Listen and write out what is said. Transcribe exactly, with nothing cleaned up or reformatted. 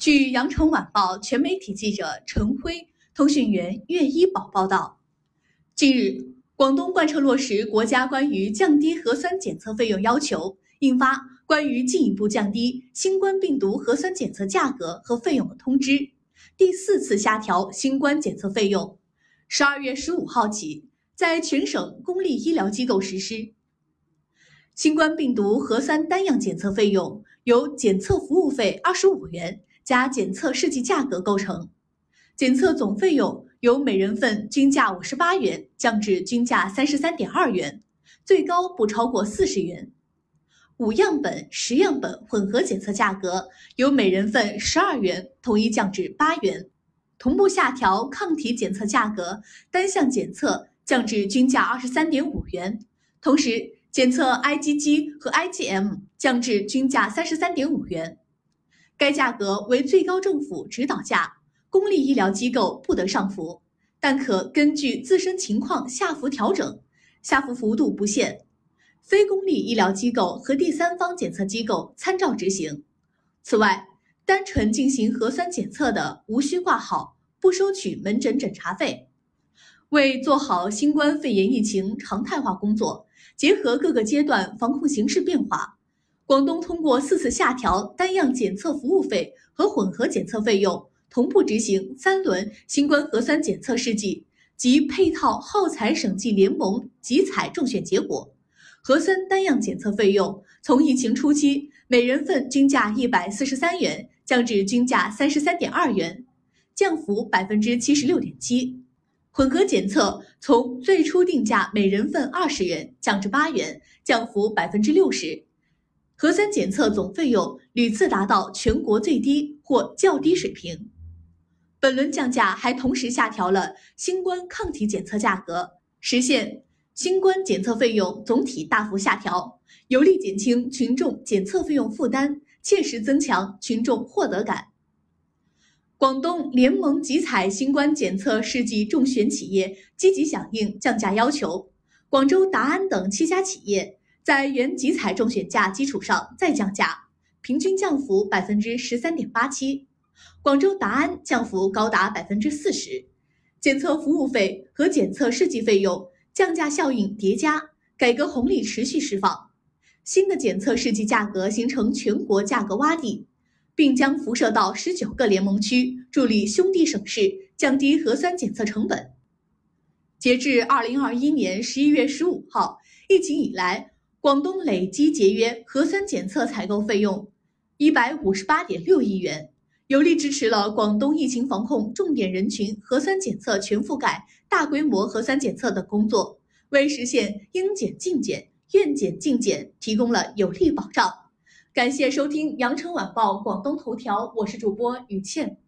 据羊城晚报全媒体记者陈辉、通讯员岳一宝报道，近日，广东贯彻落实国家关于降低核酸检测费用要求，印发关于进一步降低新冠病毒核酸检测价格和费用的通知，第四次下调新冠检测费用，十二月十五号起，在全省公立医疗机构实施。新冠病毒核酸单样检测费用由检测服务费二十五元加检测试剂价格构成，检测总费用由每人份均价五十八元降至均价三十三点二元，最高不超过四十元。五样本、十样本混合检测价格由每人份十二元统一降至八元，同步下调抗体检测价格，单项检测降至均价二十三点五元，同时检测 I G G 和 I G M 降至均价三十三点五元。该价格为最高政府指导价，公立医疗机构不得上浮，但可根据自身情况下浮调整，下浮幅度不限。非公立医疗机构和第三方检测机构参照执行。此外，单纯进行核酸检测的无需挂号，不收取门诊诊查费。为做好新冠肺炎疫情常态化工作，结合各个阶段防控形势变化，广东通过四次下调单样检测服务费和混合检测费用，同步执行三轮新冠核酸检测试剂及配套耗材审计联盟集采中选结果。核酸单样检测费用从疫情初期每人份均价一百四十三元降至均价三十三点二元，降幅百分之七十六点七。混合检测从最初定价每人份二十元降至八元，降幅百分之六十。核酸检测总费用屡次达到全国最低或较低水平。本轮降价还同时下调了新冠抗体检测价格，实现新冠检测费用总体大幅下调，有力减轻群众检测费用负担，切实增强群众获得感。广东联盟集采新冠检测试剂中选企业积极响应降价要求，广州达安等七家企业在原集采中选价基础上再降价，平均降幅百分之十三点八七，广州达安降幅高达百分之四十。检测服务费和检测试剂费用降价效应叠加，改革红利持续释放。新的检测试剂价格形成全国价格洼地，并将辐射到十九个联盟区，助力兄弟省市降低核酸检测成本。截至二零二一年十一月十五号，疫情以来，广东累计节约核酸检测采购费用一百五十八点六亿元，有力支持了广东疫情防控重点人群核酸检测全覆盖、大规模核酸检测的工作，为实现应检尽检、愿检尽检提供了有力保障。感谢收听羊城晚报广东头条，我是主播雨倩。